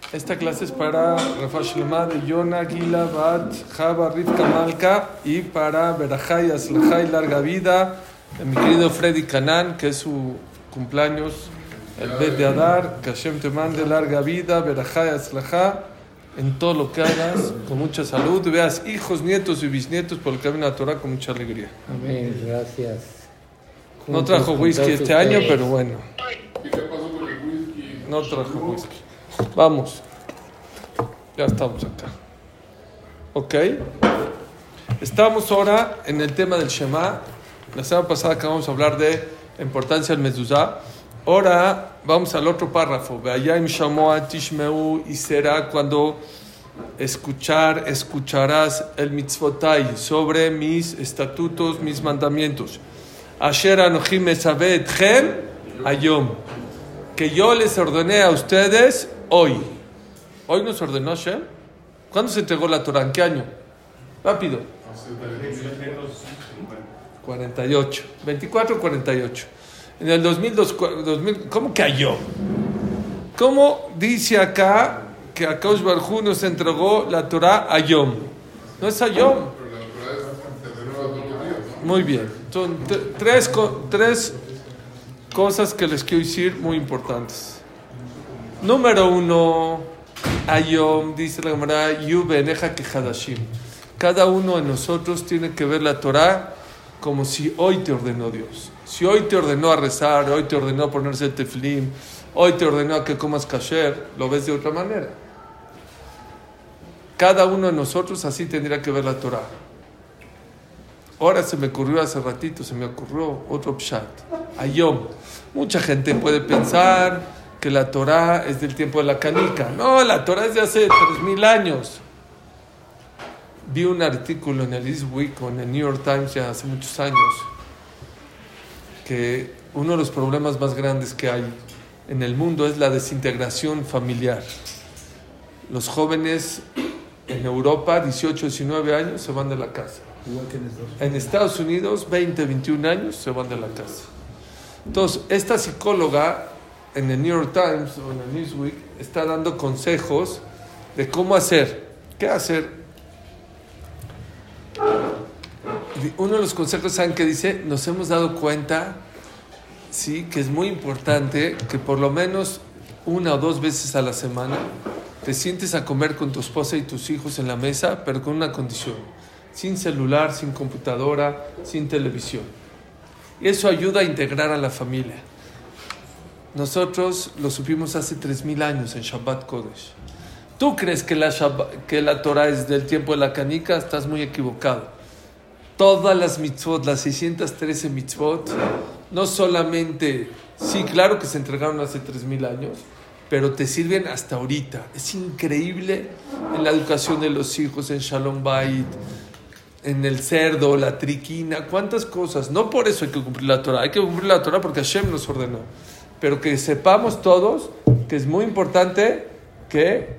Esta clase es para Rafa Shlema de Yona, Gila, Bat, Java, Rivka, Malka y para Berajay, Aslajay, larga vida, de mi querido Freddy Canán, que es su cumpleaños, el Bet de Adar, que Hashem te mande larga vida, Berajay, Aslajá, en todo lo que hagas, con mucha salud, veas hijos, nietos y bisnietos por el camino de la Torah con mucha alegría. Amén, gracias. No trajo whisky este año, pero bueno. ¿Qué pasó con el whisky? No trajo whisky. Vamos. Ya estamos acá. Ok. Estamos ahora en el tema del Shema. La semana pasada acabamos de hablar de la importancia del mezuzá. Ahora vamos al otro párrafo. Ve'ayim shamoa tishmeu, y será cuando escucharás el mitzvotai, sobre mis estatutos, mis mandamientos. Asher anochim metzaveh etchem hayom, que yo les ordené a ustedes hoy. ¿Hoy nos ordenó Hashem? ¿Cuándo se entregó la Torah? ¿En qué año? Rápido. 48. 24-48. En el 2002, ¿cómo que Hayom? ¿Cómo dice acá que Akadosh Baruj Hu nos entregó la Torah Hayom? No es Hayom. Pero la Torah se renueva todos los días, ¿no? Muy bien. Son tres cosas que les quiero decir muy importantes. Número uno, Hayom, dice la Gemara, Yu beneja que Hadashim. Cada uno de nosotros tiene que ver la Torah como si hoy te ordenó Dios. Si hoy te ordenó a rezar, hoy te ordenó a ponerse el tefilín, hoy te ordenó a que comas kasher, lo ves de otra manera. Cada uno de nosotros así tendría que ver la Torah. Ahora se me ocurrió hace ratito, otro pshat. Hayom. Mucha gente puede pensar que la Torah es del tiempo de la canica. No, la Torah es de hace 3000 años. Vi un artículo en el This Week o en el New York Times ya hace muchos años que uno de los problemas más grandes que hay en el mundo es la desintegración familiar. Los jóvenes en Europa, 18, 19 años, se van de la casa. Igual que en Estados Unidos. En Estados Unidos, 20, 21 años, se van de la casa. Entonces, esta psicóloga en el New York Times o en el Newsweek está dando consejos de cómo hacer, qué hacer. Uno de los consejos, ¿saben qué dice? Nos hemos dado cuenta, sí, que es muy importante que por lo menos 1 o 2 veces a la semana te sientes a comer con tu esposa y tus hijos en la mesa, pero con una condición: sin celular, sin computadora, sin televisión. Y eso ayuda a integrar a la familia. Nosotros lo supimos hace 3000 años en Shabbat Kodesh. ¿Tú crees que la Torah es del tiempo de la canica? Estás muy equivocado. Todas las mitzvot, las 613 mitzvot, no solamente, sí, claro que se entregaron hace 3000 años, pero te sirven hasta ahorita. Es increíble en la educación de los hijos, en Shalom Bait, en el cerdo, la triquina, cuántas cosas. No por eso hay que cumplir la Torah, hay que cumplir la Torah porque Hashem nos ordenó. Pero que sepamos todos que es muy importante que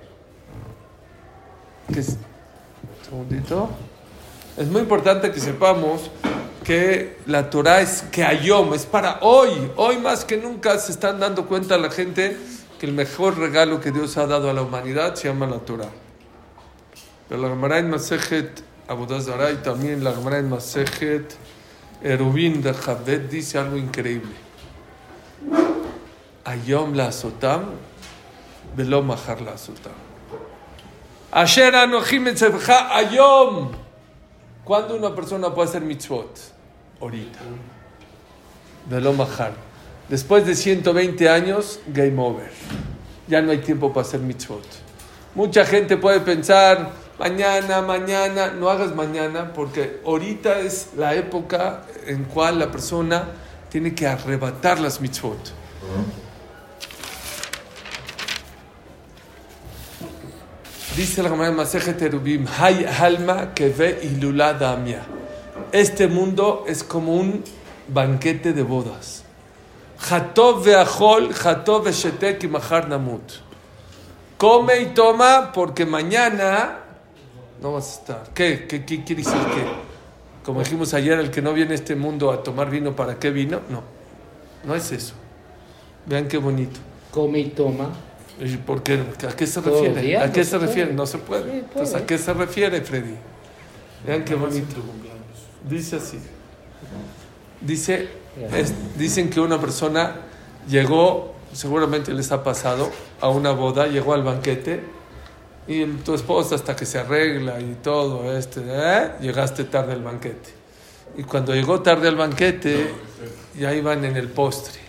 segundito. Es muy importante que sepamos que la Torah es que Hayom, es para hoy. Hoy más que nunca se están dando cuenta la gente que el mejor regalo que Dios ha dado a la humanidad se llama la Torah. Pero la Gemara en Masejet Avodah Zarah y también la Gemara en Masejet Eruvin de Chabet dice algo increíble. Hayom la azotam, velo mahar la azotam. Asher anochim etzevcha Hayom. ¿Cuándo una persona puede hacer mitzvot? Ahorita. Velo mahar. Después de 120 años, game over. Ya no hay tiempo para hacer mitzvot. Mucha gente puede pensar, mañana, no hagas mañana, porque ahorita es la época en cual la persona tiene que arrebatar las mitzvot. Dice la Gemara en Masejet Eruvin, Hay alma que ve hilulá damia. Este mundo es como un banquete de bodas. Jatov ve'achol, jatov ve'shetek y mahar namut. Come y toma porque mañana no vas a estar. ¿Qué quiere decir qué? Como dijimos ayer, el que no viene a este mundo a tomar vino, ¿para qué vino? No es eso. Vean qué bonito. Come y toma ¿Y por qué? ¿A qué se Todos los refiere? días ¿A qué no se se refiere? puede. No se puede. Sí, puede. Entonces, ¿a qué se refiere, Freddy? Vean qué bonito. Dice así. Dicen que una persona llegó, seguramente les ha pasado, a una boda, llegó al banquete y tu esposa hasta que se arregla y todo, llegaste tarde al banquete. Y cuando llegó tarde al banquete, ya iban en el postre.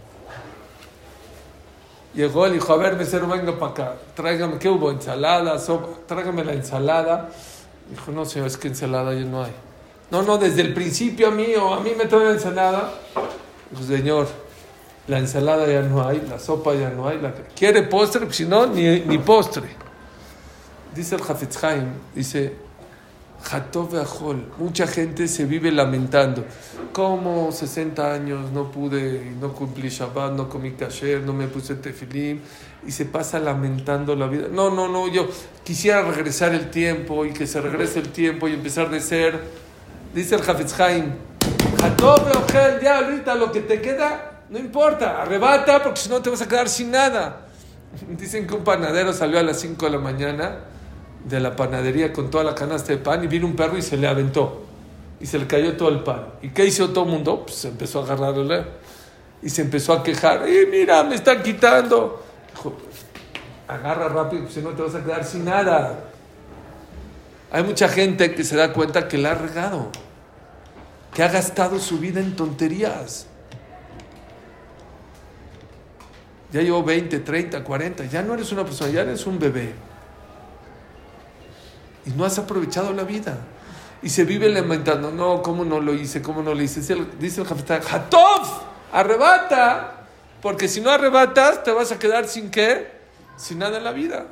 Llegó, le dijo, a ver, mesero, venga para acá, tráigame, ¿qué hubo? Ensalada, sopa, tráigame la ensalada. Dijo, no, señor, es que ensalada ya no hay. No, desde el principio a mí me trae la ensalada. Dijo, señor, la ensalada ya no hay, la sopa ya no hay. ¿Quiere postre? Pues si no, ni postre. Dice el Hafetz Haim, dice, Hatov ve'achol, mucha gente se vive lamentando. ¿Cómo 60 años no cumplí Shabbat, no comí kasher, no me puse tefilim? Y se pasa lamentando la vida. No, yo quisiera regresar el tiempo y que se regrese el tiempo y empezar de ser. Dice el Hafetz Haim, Hatov ve'achol, ya ahorita lo que te queda, no importa, arrebata porque si no te vas a quedar sin nada. Dicen que un panadero salió a las 5 de la mañana de la panadería con toda la canasta de pan y vino un perro y se le aventó y se le cayó todo el pan. ¿Y qué hizo todo el mundo? Pues se empezó a agarrarle y se empezó a quejar. Mira, me están quitando. Dijo, agarra rápido, pues si no te vas a quedar sin nada. Hay mucha gente que se da cuenta que la ha regado, que ha gastado su vida en tonterías. Ya llevo 20, 30, 40, ya no eres una persona, ya eres un bebé. Y no has aprovechado la vida. Y se vive lamentando, no, ¿cómo no lo hice? Dice el Hafetz Haim, ¡Hatov! Arrebata, porque si no arrebatas te vas a quedar sin ¿qué? Sin nada en la vida.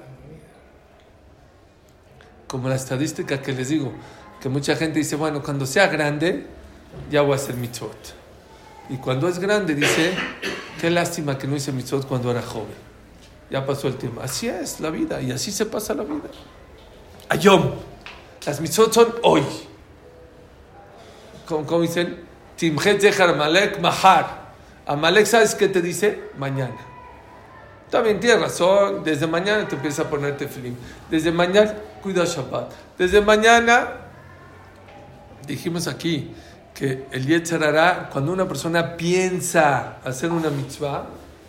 Como la estadística que les digo, que mucha gente dice, bueno, cuando sea grande ya voy a hacer mitzvot. Y cuando es grande dice, qué lástima que no hice mitzvot cuando era joven. Ya pasó el tiempo. Así es la vida y así se pasa la vida. Ayom. Las mitzvot son hoy. ¿Cómo dicen? Timchet zechar Amalek mahar. Amalek, ¿sabes qué te dice? Mañana. También tienes razón. Desde mañana te empiezas a poner tefilim. Desde mañana, cuida Shabbat. Desde mañana, dijimos aquí, que el Yetzer Hara, cuando una persona piensa hacer una mitzvah,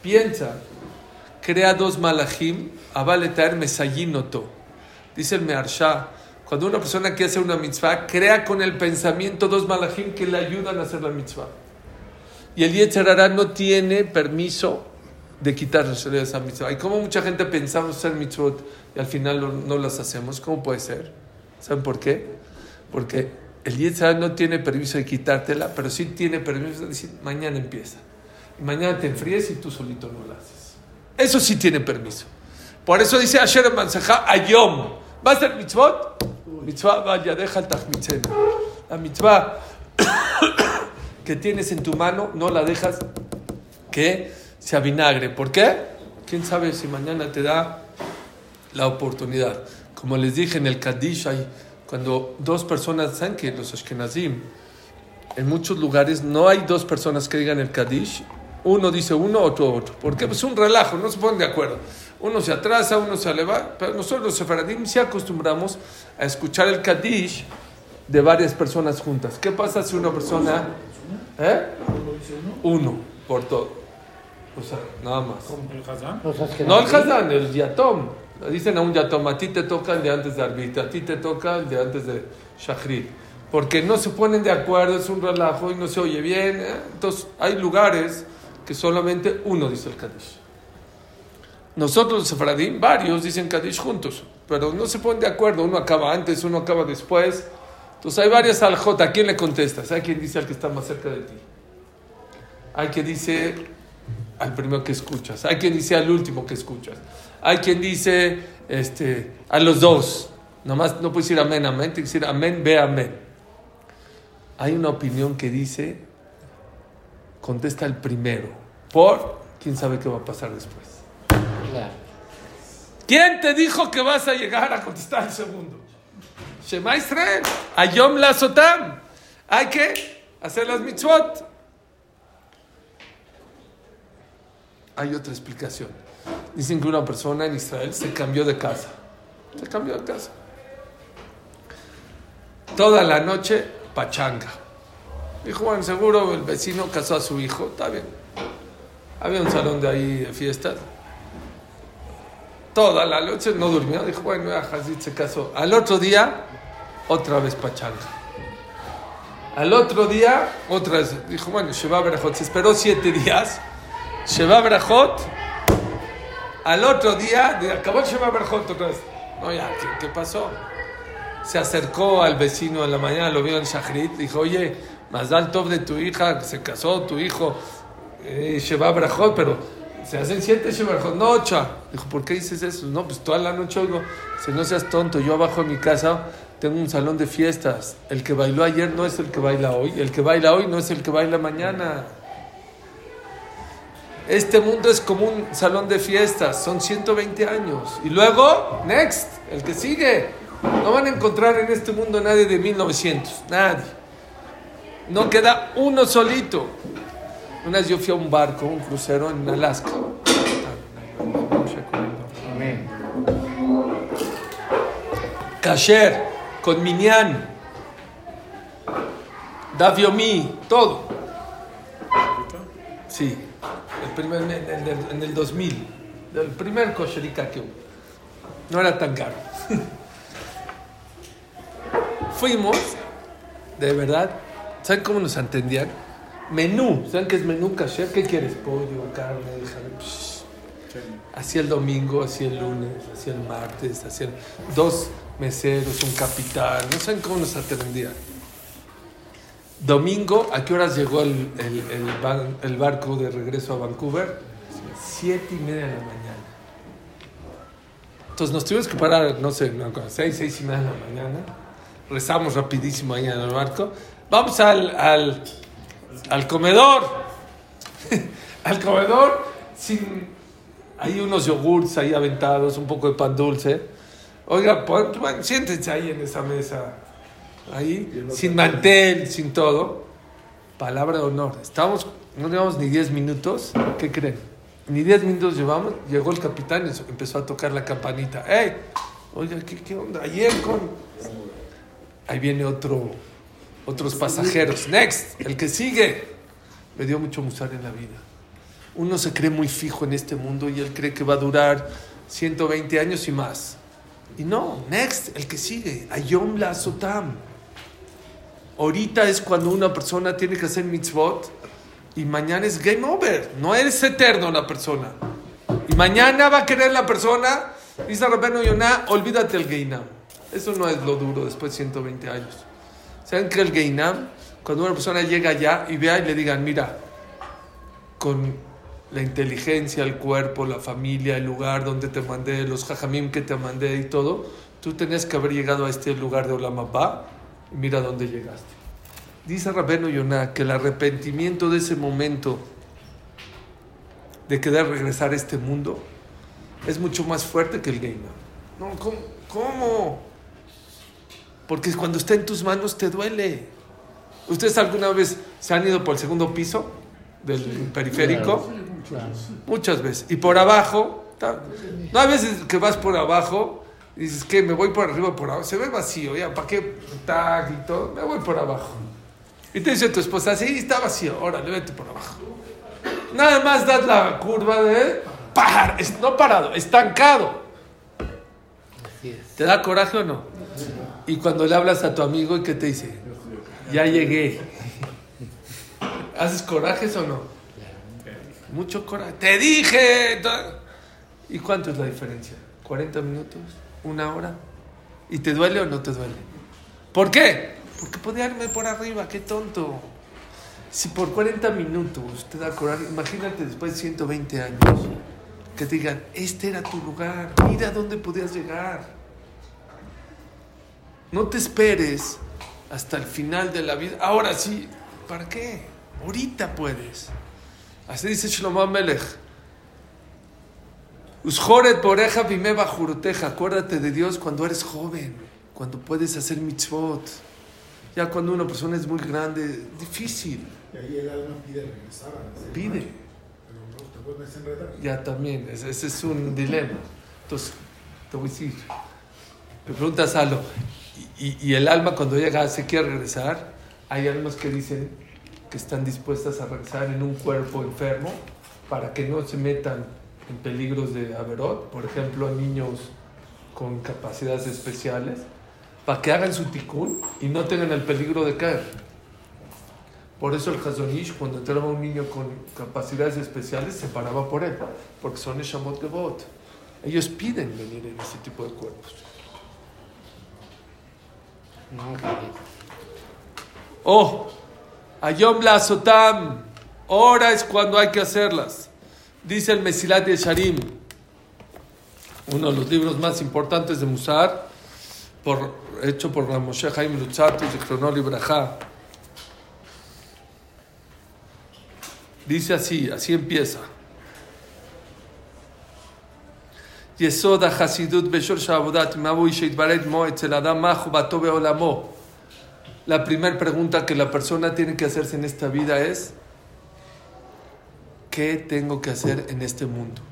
crea dos malachim, abaletar mesayinoto. Dice el Meharsha, cuando una persona quiere hacer una mitzvah, crea con el pensamiento dos malachim que le ayudan a hacer la mitzvah. Y el Yetzer Hara no tiene permiso de quitarle esa mitzvah. Y como mucha gente pensamos hacer mitzvot y al final no las hacemos, ¿cómo puede ser? ¿Saben por qué? Porque el Yetzer Hara no tiene permiso de quitártela, pero sí tiene permiso de decir, mañana empieza. Y mañana te enfríes y tú solito no la haces. Eso sí tiene permiso. Por eso dice Asher Manseja Ayom. ¿Va a ser mitzvot? Mitzvah vaya, deja el tajmitzena. La mitzvah que tienes en tu mano, no la dejas que se avinagre. ¿Por qué? ¿Quién sabe si mañana te da la oportunidad? Como les dije en el Kaddish, cuando dos personas, ¿saben que los Ashkenazim, en muchos lugares no hay dos personas que digan el Kaddish? Uno dice uno, otro. Porque es un relajo, no se ponen de acuerdo. Uno se atrasa, uno se eleva. Pero nosotros los sefaradim sí acostumbramos a escuchar el Kaddish de varias personas juntas. ¿Qué pasa si una persona... Uno, por todo. O sea, nada más. ¿El Hazán? No el Hazán, el Yatom. Dicen a un Yatom, a ti te toca el de antes de Arbit, a ti te toca el de antes de Shachrit. Porque no se ponen de acuerdo, es un relajo y no se oye bien. Entonces, hay lugares que solamente uno dice el Kaddish. Nosotros los sefaradim, varios dicen Kaddish juntos, pero no se ponen de acuerdo. Uno acaba antes, uno acaba después. Entonces hay varias alajot. ¿A quién le contestas? Hay quien dice al que está más cerca de ti. Hay quien dice al primero que escuchas. Hay quien dice al último que escuchas. Hay quien dice a los dos. Nomás no puedes decir amén, amén. Tienes que decir amén, ve amén. Hay una opinión que dice contesta el primero. Por quién sabe qué va a pasar después. Claro. ¿Quién te dijo que vas a llegar a contestar el segundo? Shema Israel, Ayom la Sotam. Hay que hacer las mitzvot. Hay otra explicación. Dicen que una persona en Israel se cambió de casa. Se cambió de casa. Toda la noche, pachanga. Dijo, bueno, seguro el vecino casó a su hijo. Está bien. Había un salón de ahí de fiestas. Toda la noche no durmió. Dijo, bueno, Hazid se casó. Al otro día, otra vez pachanga. Al otro día, otra vez. Dijo, bueno, Sheva Berajot. Se esperó 7 días. Sheva Berajot. Al otro día, acabó el Sheva Berajot otra vez. No, ya, ¿qué pasó? Se acercó al vecino en la mañana, lo vio en Shachrit. Dijo, oye, Mazal Tov de tu hija, se casó tu hijo. Sheva Berajot, pero se hacen 7 Sheva Berajot, no 8. Dijo, ¿por qué dices eso? No, pues toda la noche oigo. Si no seas tonto, yo abajo en mi casa tengo un salón de fiestas. El que bailó ayer no es el que baila hoy. El que baila hoy no es el que baila mañana. Este mundo es como un salón de fiestas. Son 120 años. Y luego, next, el que sigue. No van a encontrar en este mundo nadie de 1900. Nadie. No queda uno solito. Una vez yo fui a un barco, un crucero en Alaska. Amén. Kasher, con Minyan, Daf Yomi, todo. Sí, en el 2000, el primer kosherika que hubo. No era tan caro. Fuimos, de verdad, ¿saben cómo nos atendían? Menú, ¿saben qué es menú kasher? ¿Qué quieres? Pollo, carne, así el domingo, así el lunes, así el martes, así 2 meseros, un capitán, no saben cómo nos atendían. Domingo, ¿a qué horas llegó el barco de regreso a Vancouver? 7:30 de la mañana. Entonces nos tuvimos que parar, no sé, 6:30 de la mañana. Rezamos rapidísimo ahí en el barco. Vamos al comedor. Al comedor, hay unos yogurts ahí aventados, un poco de pan dulce. Oiga, bueno, siéntense ahí en esa mesa. Ahí, sin mantel, sin todo. Palabra de honor. No llevamos ni 10 minutos. ¿Qué creen? Ni 10 minutos llevamos. Llegó el capitán y empezó a tocar la campanita. ¡Ey! Oiga, ¿qué onda? Ayer Ahí viene otros pasajeros. Next, el que sigue. Me dio mucho musar en la vida. Uno se cree muy fijo en este mundo y él cree que va a durar 120 años y más. Y no, next, el que sigue. Ayom la Sotam. Ahorita es cuando una persona tiene que hacer mitzvot y mañana es game over. No es eterno la persona. Y mañana va a querer la persona, dice Rabbeinu Yonah, olvídate el Geinam. Eso no es lo duro después de 120 años. ¿Saben que el Geinam? Cuando una persona llega allá y vea y le digan, mira, con la inteligencia, el cuerpo, la familia, el lugar donde te mandé, los jajamim que te mandé y todo, tú tenías que haber llegado a este lugar de Olam Haba y mira dónde llegaste. Dice Rabbeinu Yonah que el arrepentimiento de ese momento de querer regresar a este mundo es mucho más fuerte que el Geinam. No, ¿cómo? Porque cuando está en tus manos te duele. ¿Ustedes alguna vez se han ido por el segundo piso del periférico? Claro. Muchas veces. Y por abajo, no hay veces que vas por abajo y dices, ¿qué? Me voy por arriba, por abajo. Se ve vacío, ya, ¿para qué? Tag y todo. Me voy por abajo. Y te dice tu esposa, sí, está vacío, órale, vete por abajo. Nada más das la curva de no parado, estancado. Así es. ¿Te da coraje o no? Y cuando le hablas a tu amigo, ¿y qué te dice? Ya llegué. ¿Haces corajes o no? Mucho coraje. ¡Te dije! ¿Y cuánto es la diferencia? ¿40 minutos? ¿1 hora? ¿Y te duele o no te duele? ¿Por qué? Porque podía irme por arriba, qué tonto. Si por 40 minutos te da coraje, imagínate después de 120 años que te digan, este era tu lugar, mira dónde podías llegar. No te esperes hasta el final de la vida. Ahora sí, ¿para qué? Ahorita puedes. Así dice Shlomo Melech. Usjoret boreja bimeba juruteja. Acuérdate de Dios cuando eres joven, cuando puedes hacer mitzvot. Ya cuando una persona es muy grande, difícil. Y ahí el alma pide regresar. Pide. Ya también, ese es un dilema. Entonces, te voy a decir, me preguntas algo, y el alma cuando llega se quiere regresar, hay almas que dicen que están dispuestas a regresar en un cuerpo enfermo para que no se metan en peligros de averot, por ejemplo, a niños con capacidades especiales, para que hagan su tikkun y no tengan el peligro de caer. Por eso el Hazon Ish, cuando entraba un niño con capacidades especiales, se paraba por él, porque son Neshamot Gevot. Ellos piden venir en ese tipo de cuerpos. Ayom la Sotam, ahora es cuando hay que hacerlas. Dice el Mesilat Yesharim, uno de los libros más importantes de Musar, hecho por Moshe Chaim Luzzatto, Zichrono Libraja. Dice así empieza. Yesod HaChasidut Beshor Sha'avodat Mavu Sheitbaret Mo Etzel Adam Ma Chubato Be'olamo. La primera pregunta que la persona tiene que hacerse en esta vida es: ¿qué tengo que hacer en este mundo?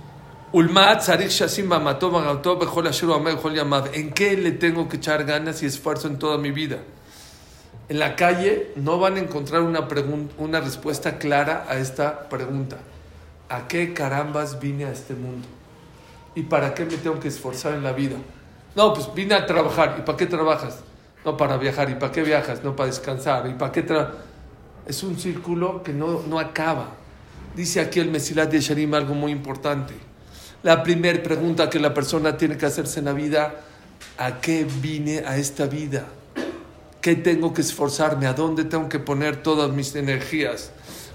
¿En qué le tengo que echar ganas y esfuerzo en toda mi vida? En la calle no van a encontrar una respuesta clara a esta pregunta. ¿A qué carambas vine a este mundo? ¿Y para qué me tengo que esforzar en la vida? No, pues vine a trabajar. ¿Y para qué trabajas? No, para viajar. ¿Y para qué viajas? No, para descansar. ¿Y para qué Es un círculo que no acaba. Dice aquí el Mesilat Yesharim algo muy importante. La primera pregunta que la persona tiene que hacerse en la vida: ¿a qué vine a esta vida? ¿Qué tengo que esforzarme? ¿A dónde tengo que poner todas mis energías?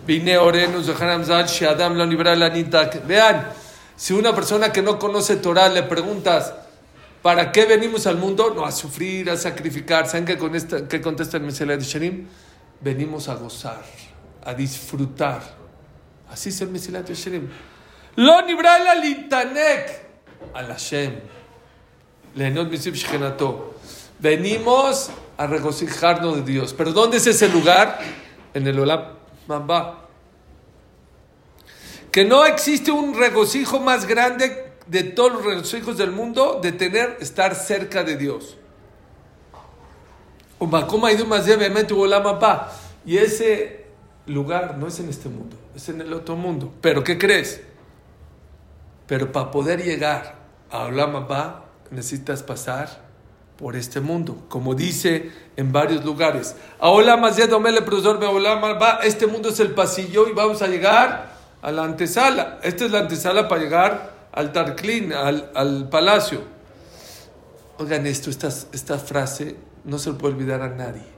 Vean, si una persona que no conoce Torah le preguntas ¿para qué venimos al mundo? No, a sufrir, a sacrificar. ¿Saben qué contesta el Mesilat Yesharim? Venimos a gozar, a disfrutar. Así es el Mesilat Yesharim. Lo nibra la lintanek al Hashem. Lehenot misib shchenato. Venimos a regocijarnos de Dios. ¿Pero dónde es ese lugar? En el Olam Haba. Que no existe un regocijo más grande de todos los regocijos del mundo de estar cerca de Dios. Y ese lugar no es en este mundo, es en el otro mundo. ¿Pero qué crees? Pero para poder llegar a Olam Haba necesitas pasar por este mundo, como dice en varios lugares. Este mundo es el pasillo y vamos a llegar a la antesala. Esta es la antesala para llegar al Tarklin, al palacio. Oigan esto, esta frase no se lo puede olvidar a nadie.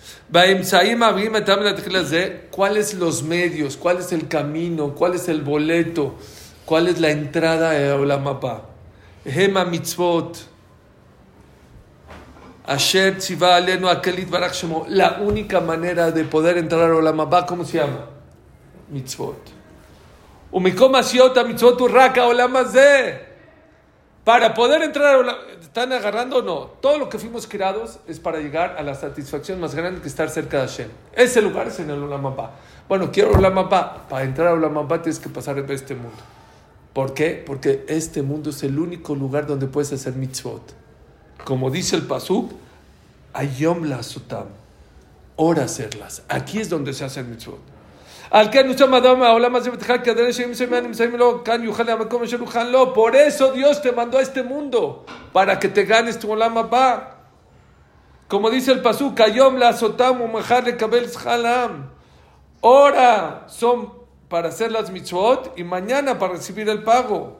¿Cuáles los medios? ¿Cuál es el camino? ¿Cuál es el boleto? ¿Cuál es la entrada a Olam Haba? Hema mitzvot. Asher tziva alenu akelit barach shemo. La única manera de poder entrar a Olam Haba, ¿cómo se llama? Mitzvot. Umikom asiot mitzvot urraka Olam hazeh. Para poder entrar a Olam, ¿están agarrando o no? Todo lo que fuimos creados es para llegar a la satisfacción más grande que estar cerca de Hashem. Ese lugar es en el Olam Haba. Bueno, quiero Olam Haba. Para entrar a Olam Haba tienes que pasar por este mundo. ¿Por qué? Porque este mundo es el único lugar donde puedes hacer mitzvot. Como dice el Pasuk, Ayom la Sotam, hora hacerlas. Aquí es donde se hacen mitzvot. Por eso Dios te mandó a este mundo, para que te ganes tu Olam Haba. Como dice el Pasuk, Ayom la Sotam umachar lekabel schalam. Hora son para hacer las mitzvot y mañana para recibir el pago.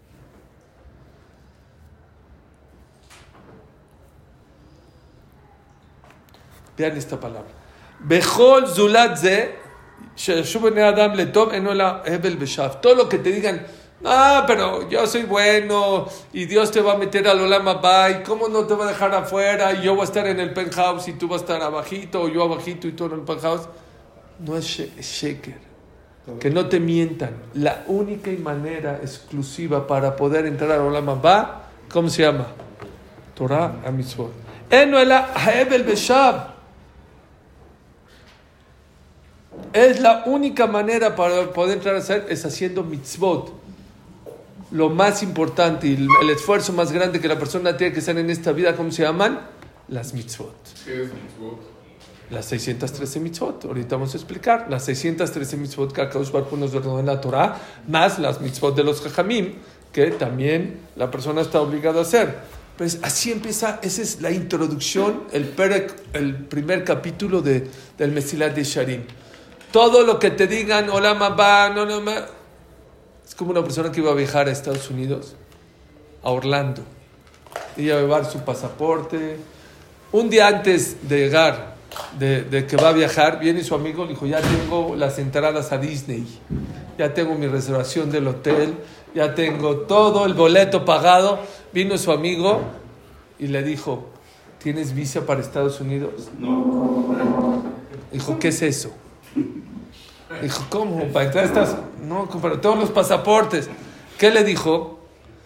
Vean esta palabra. Bechol zulat ze sheyashu bnei adam letov eno la hebel beshav. Todo lo que te digan, pero yo soy bueno y Dios te va a meter al Olam Haba y cómo no te va a dejar afuera y yo voy a estar en el penthouse y tú vas a estar abajito o yo abajito y tú en el penthouse. No es sheker. Que no te mientan. La única manera exclusiva para poder entrar al Olam Haba, ¿cómo se llama? Torah a mitzvot. Eno ela hebel beshav. Es la única manera para poder entrar a hacer es haciendo mitzvot. Lo más importante y el esfuerzo más grande que la persona tiene que hacer en esta vida, ¿cómo se llaman? Las mitzvot. ¿Qué es mitzvot? Las 613 mitzvot. Ahorita vamos a explicar. Las 613 mitzvot que Akadosh Baruj Hu nos ordenó en la Torah, más las mitzvot de los Jajamim, que también la persona está obligada a hacer. Pues así empieza, esa es la introducción, el primer capítulo del Mesilat Yesharim. Todo lo que te digan, Olam Haba, no. Es como una persona que iba a viajar a Estados Unidos, a Orlando. Iba a llevar su pasaporte. Un día antes de llegar, de que va a viajar, viene su amigo y le dijo, ya tengo las entradas a Disney, ya tengo mi reservación del hotel, ya tengo todo el boleto pagado. Vino su amigo y le dijo, ¿tienes visa para Estados Unidos? No. Dijo, ¿qué es eso? Dijo, ¿cómo? ¿Para entrar a Estados Unidos? No, para todos los pasaportes. ¿Qué le dijo?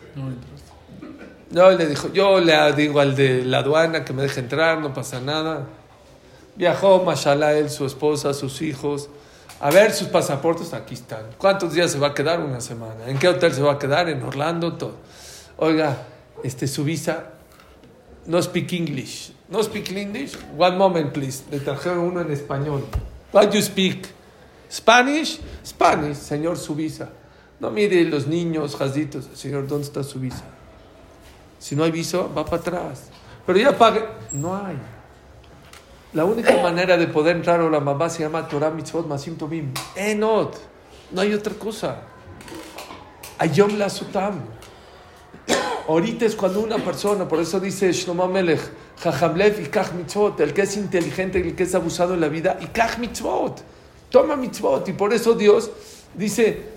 No, le dijo, yo le digo al de la aduana que me deje entrar, no pasa nada. Viajó, mashallah, él, su esposa, sus hijos. A ver sus pasaportes, aquí están. ¿Cuántos días se va a quedar? Una semana. ¿En qué hotel se va a quedar? En Orlando, todo. Oiga, su visa, no speak English. No speak English? One moment, please. Le trajeron uno en español. What you speak? Spanish? Spanish, señor, su visa. No mire los niños, jazitos. Señor, ¿dónde está su visa? Si no hay visa, va para atrás. Pero ya pague. No hay. La única manera de poder entrar a la mamá se llama Torah Mitzvot Masim Tovim. Enot. No hay otra cosa. Ayom la Sotam. Ahorita es cuando una persona, por eso dice Shlomo Melech, Jajamlev y Kach Mitzvot, el que es inteligente y el que es abusado en la vida, y Kach Mitzvot. Toma mitzvot. Y por eso Dios dice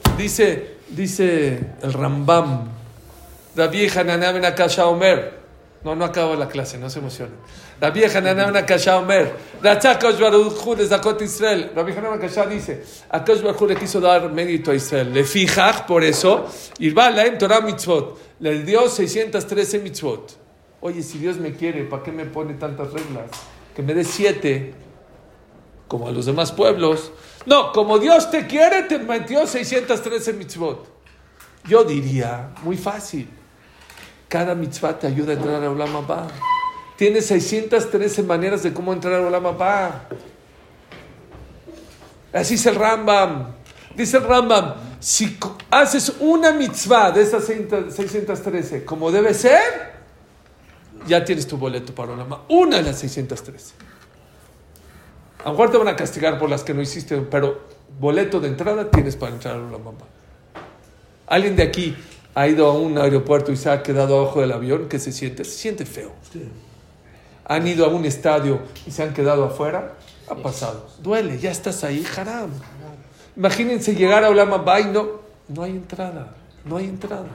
el Rambam, Rabbi Hananah ben Akasha Omer, no acabo la clase, no se emocionen. Rabbi Hananah ben Akasha Omer, Ratzakash Baruch Hu lezakot Israel. Rabbi Hananah ben Akasha dice, Akash Baruch Hu le quiso dar mérito a Israel. Le fijaj, por eso, Irba laem Torah mitzvot. Le dio 613 mitzvot. Oye, si Dios me quiere, ¿para qué me pone tantas reglas? Que me dé 7, como a los demás pueblos. No, como Dios te quiere, te metió 613 mitzvot. Yo diría, muy fácil. Cada mitzvah te ayuda a entrar a Olam Haba. Tienes 613 maneras de cómo entrar a Olam Haba. Así es el Rambam. Dice el Rambam, si haces una mitzvah de esas 613 como debe ser, ya tienes tu boleto para Olam Haba. Una de las 613. A lo mejor te van a castigar por las que no hiciste, pero boleto de entrada tienes para entrar a Olam Haba. ¿Alguien de aquí ha ido a un aeropuerto y se ha quedado abajo del avión? ¿Qué se siente? Se siente feo. Sí. ¿Han ido a un estadio y se han quedado afuera? Ha pasado. Duele, ya estás ahí, haram. Imagínense llegar a Olam Haba y no hay entrada. No hay entrada.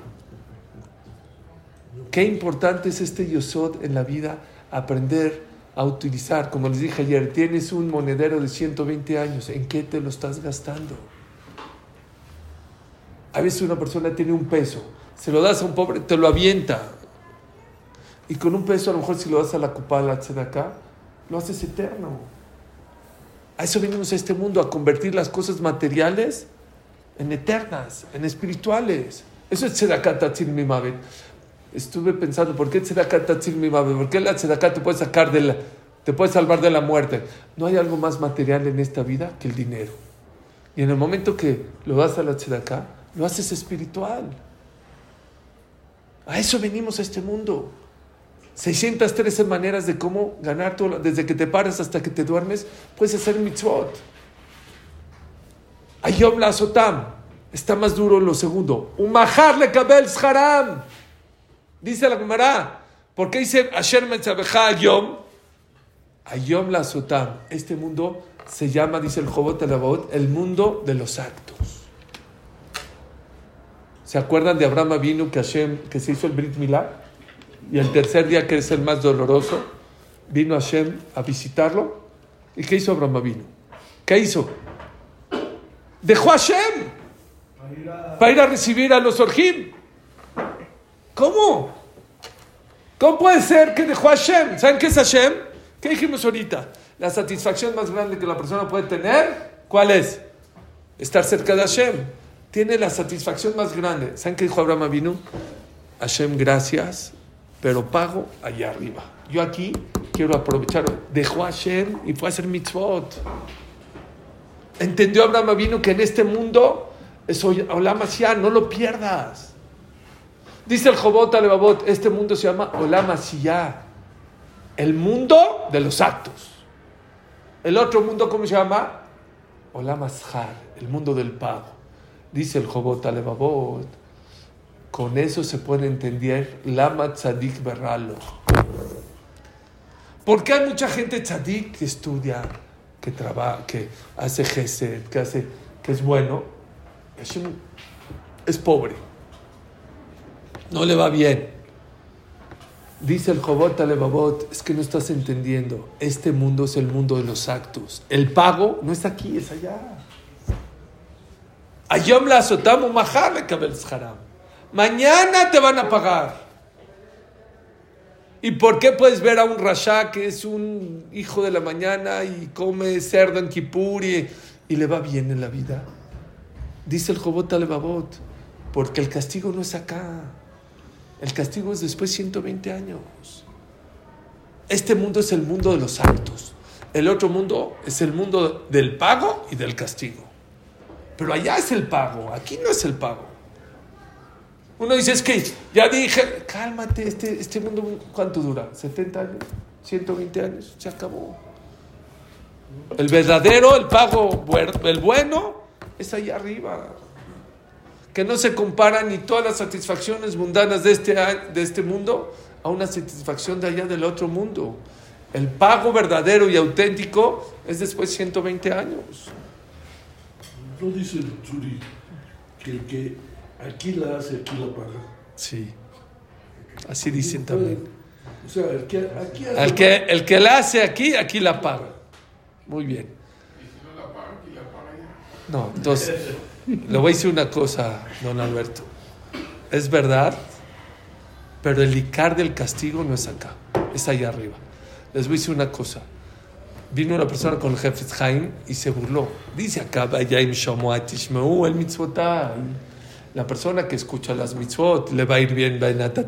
Qué importante es este yosod en la vida, aprender a utilizar. Como les dije ayer, tienes un monedero de 120 años. ¿En qué te lo estás gastando? A veces una persona tiene un peso, se lo das a un pobre, te lo avienta. Y con un peso, a lo mejor si lo das a la Kupá, a la Tzedaká, lo haces eterno. A eso venimos a este mundo, a convertir las cosas materiales en eternas, en espirituales. Eso es Tzedaká Tatzil Mimavet. Estuve pensando, ¿por qué Tzedaká Tatzil Mimavet? ¿Por qué la Tzedaká te puede salvar de la muerte? No hay algo más material en esta vida que el dinero. Y en el momento que lo das a la Tzedaká, lo haces espiritual. A eso venimos a este mundo. 613 maneras de cómo ganar todo, desde que te paras hasta que te duermes, puedes hacer mitzvot. Ayom la sotam. Está más duro lo segundo. Umahar le kabel haram. Dice la Gemara. ¿Por qué dice Asher metzabeja ayom? Ayom la sotam. Este mundo se llama, dice el Jobot Alabot, el mundo de los actos. ¿Se acuerdan de Abraham Avinu que se hizo el Brit Milá? Y el tercer día, que es el más doloroso, vino Hashem a visitarlo. ¿Y qué hizo Abraham Avinu? ¿Qué hizo? Dejó a Hashem para ir a recibir a los Orjim. ¿Cómo? ¿Cómo puede ser que dejó a Hashem? ¿Saben qué es Hashem? ¿Qué dijimos ahorita? La satisfacción más grande que la persona puede tener ¿Cuál es? Estar cerca de Hashem. Tiene la satisfacción más grande. ¿Saben qué dijo Abraham Avinu? Hashem, gracias, pero pago allá arriba. Yo aquí quiero aprovechar. Dejó a Hashem y fue a hacer mitzvot. Entendió Abraham Avinu que en este mundo es Olam Asiá, no lo pierdas. Dice el Jobot Alevabot, este mundo se llama Olam Asiá, el mundo de los actos. El otro mundo, ¿cómo se llama? Olam Ashar, el mundo del pago. Dice el Jobot Alevabot, con eso se puede entender Lama Tzadik Berralo. Porque hay mucha gente tzadik que estudia, que trabaja, que hace gesed, que es bueno, es pobre, no le va bien. Dice el Jobot Alevabot, es que no estás entendiendo, este mundo es el mundo de los actos, el pago no está aquí, es allá. Ayom la azotam umachar lekabel scharam, mañana te van a pagar. ¿Y por qué puedes ver a un rasha que es un hijo de la mañana y come cerdo en Kippur y le va bien en la vida? Dice el Jobot Alevabot, porque el castigo no es acá. El castigo es después de 120 años. Este mundo es el mundo de los actos. El otro mundo es el mundo del pago y del castigo. Pero allá es el pago, aquí no es el pago. Uno dice, es que ya dije, cálmate, este mundo, ¿cuánto dura? ¿70 años? ¿120 años? Se acabó. El verdadero, el pago, el bueno, es allá arriba. Que no se compara ni todas las satisfacciones mundanas de este mundo a una satisfacción de allá del otro mundo. El pago verdadero y auténtico es después de 120 años. ¿No dice el Tzuri que el que aquí la hace, aquí la paga? Sí, así dicen también. O sea, el que aquí hace... El que la hace aquí, aquí la paga. Muy bien. Y si no la paga, aquí la paga ya. No, entonces, le voy a decir una cosa, don Alberto. Es verdad, pero el icar del castigo no es acá, es allá arriba. Les voy a decir una cosa. Vino una persona con el jefe Haim y se burló. Dice acá, el mitzvotay. La persona que escucha las mitzvot le va a ir bien.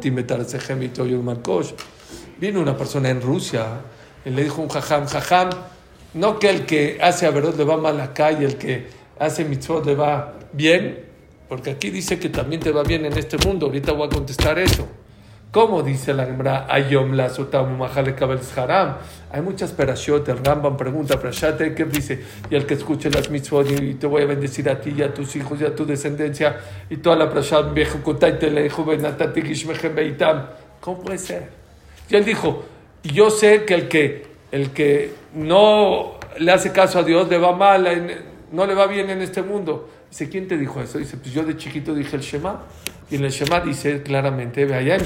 Vino una persona en Rusia y le dijo un jajam, no que el que hace averot le va mal acá y el que hace mitzvot le va bien, porque aquí dice que también te va bien en este mundo. Ahorita voy a contestar eso. ¿Cómo dice la Gemara? Ayom la sotam umachale kabel haram. Hay muchas perashot. El Rambam pregunta, perashate, ¿qué dice? Y el que escuche las mitzvot y te voy a bendecir a ti y a tus hijos y a tu descendencia y toda la perashat viejo kutay telejo benatati gishmechem beitam. ¿Cómo puede ser? Y él dijo, yo sé que el que no le hace caso a Dios le va mal, no le va bien en este mundo. Dice, ¿quién te dijo eso? Dice, pues yo de chiquito dije el Shema. Y en el Shema dice claramente,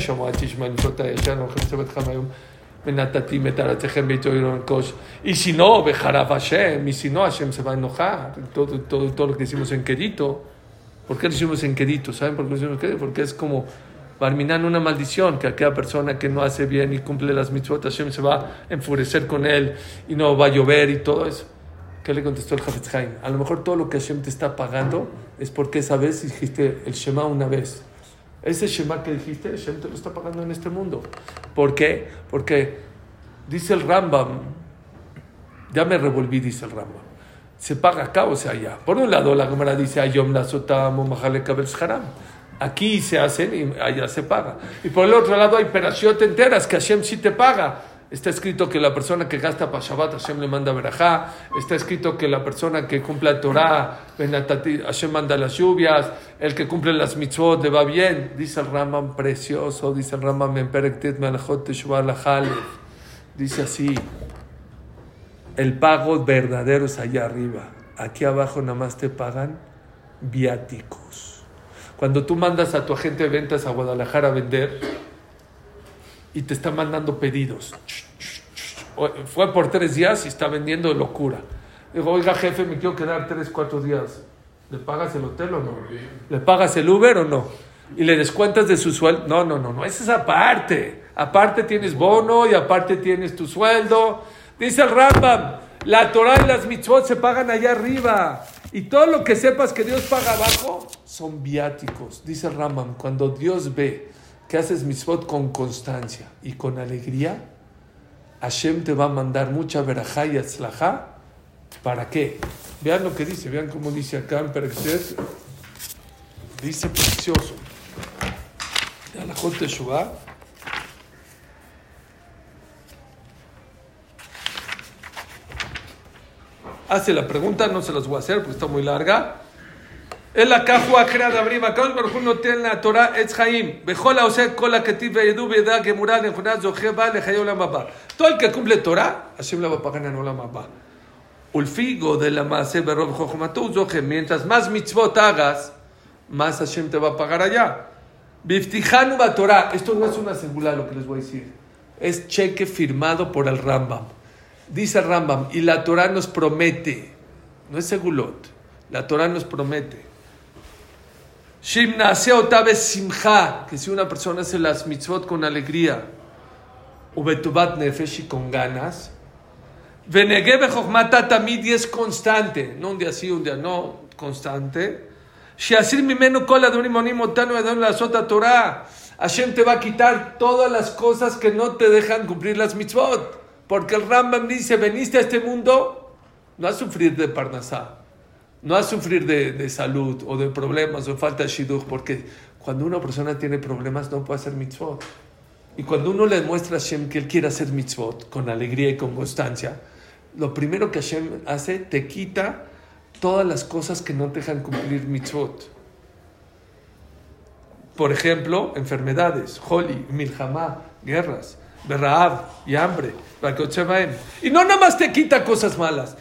y si no, Hashem, y si no, Hashem se va a enojar. Todo lo que hicimos en Quedito. ¿Por qué lo hicimos en Quedito? ¿Saben por qué lo hicimos en Quedito? Porque es como barminan una maldición, que aquella persona que no hace bien y cumple las mitzvot, Hashem se va a enfurecer con él y no va a llover y todo eso. ¿Qué le contestó el Hafetz Haim? A lo mejor todo lo que Hashem te está pagando es porque esa vez dijiste el Shema una vez. Ese Shema que dijiste, Hashem te lo está pagando en este mundo. ¿Por qué? Porque dice el Rambam, ya me revolví, dice el Rambam, se paga acá o sea allá. Por un lado la Gemara dice Ayom la sotam umachale kabel haram. Aquí se hacen y allá se paga. Y por el otro lado hay perashiot enteras que Hashem sí te paga. Está escrito que la persona que gasta para Shabbat, Hashem le manda verajá. Está escrito que la persona que cumple la Torah, Hashem manda las lluvias. El que cumple las mitzvot le va bien. Dice el Rambam precioso, dice el Rambam en Perektet Melachot Teshuvah Lachalef. Dice así, el pago verdadero es allá arriba. Aquí abajo nada más te pagan viáticos. Cuando tú mandas a tu agente de ventas a Guadalajara a vender y te está mandando pedidos, fue por 3 días y está vendiendo de locura. Digo, oiga jefe, me quiero quedar 3-4 días. ¿Le pagas el hotel o no? ¿Le pagas el Uber o no? ¿Y le descuentas de su sueldo? No, esa es aparte. Aparte tienes bono y aparte tienes tu sueldo. Dice el Rambam, La Torah y las mitzvot se pagan allá arriba. Y todo lo que sepas que Dios paga abajo son viáticos. Dice el Rambam, cuando Dios ve que haces mitzvot con constancia y con alegría, Hashem te va a mandar mucha verajá y atzlajá. ¿Para qué? Vean lo que dice, vean cómo dice acá en Perexet. Dice precioso. De la Jot Teshuvah. Hace la pregunta, no se las voy a hacer porque está muy larga. El akahu akra de abrim, akadosh baruj hu noten la Torah etz chaim, bechol haoseh kol haketiv ve'yedu ve'yeda gemura nechuna zoche ba lechayei olam haba. Todo el que cumple Torah, Hashem le va a pagar en olam haba. Ulfi godel ha'maaseh berov chokhmato zoche. Mientras más mitzvot hagas, más Hashem te va a pagar allá. Biftijanu ba'Torah. Esto no es una singular lo que les voy a decir. Es cheque firmado por el Rambam. Dice el Rambam, y la Torah nos promete, no es segulot, la Torah nos promete, Shim naaseh otah besimcha, que si una persona hace las mitzvot con alegría, ubetubat nefesh, y con ganas, venegeh bechokmata tamid, y es constante, no un día sí, un día no, constante, sheasir mimenu kol adonim onim otanu edon la'asot haTorah, Hashem te va a quitar todas las cosas que no te dejan cumplir las mitzvot. Porque el Rambam dice, veniste a este mundo no a sufrir de parnasá, no a sufrir de salud o de problemas o falta de shidduch, porque cuando una persona tiene problemas no puede hacer mitzvot. Y cuando uno le muestra a Hashem que él quiere hacer mitzvot con alegría y con constancia, lo primero que Hashem hace, te quita todas las cosas que no te dejan cumplir mitzvot. Por ejemplo, enfermedades, holi, milhamá, guerras, berraab y hambre. Y no nada más te quita cosas malas.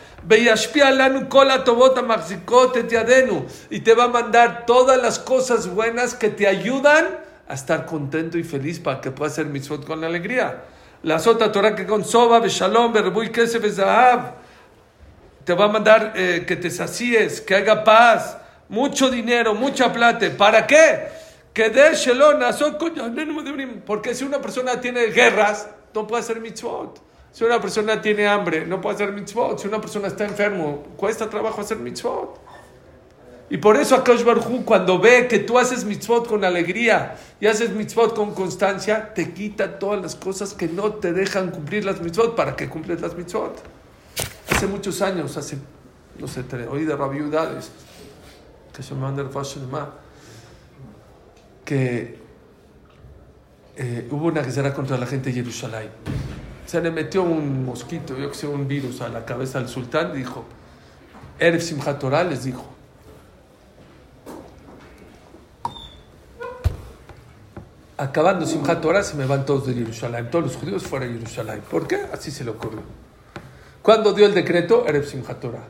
Y te va a mandar todas las cosas buenas que te ayudan a estar contento y feliz para que puedas hacer mitzvot con alegría. La sota Torah que con soba, beshalom, berbuy kesef, bezahav. Te va a mandar que te sacíes, que haga paz, mucho dinero, mucha plata. ¿Para qué? Porque si una persona tiene guerras, no puede hacer mitzvot. Si una persona tiene hambre, no puede hacer mitzvot. Si una persona está enfermo, cuesta trabajo hacer mitzvot. Y por eso Akadosh Baruj Hu, cuando ve que tú haces mitzvot con alegría y haces mitzvot con constancia, te quita todas las cosas que no te dejan cumplir las mitzvot para que cumples las mitzvot. Hace muchos años, no sé, oí de rabiudades, que se me manda el fashion más, que hubo una guerra contra la gente de Jerusalén. Se le metió un mosquito, yo que sé, un virus a la cabeza del sultán, dijo, Erev Simchat Torah, les dijo, acabando Simchat Torah se me van todos de Jerusalén, todos los judíos fuera de Jerusalén. ¿Por qué? Así se le ocurrió. ¿Cuándo dio el decreto? Erev Simchat Torah.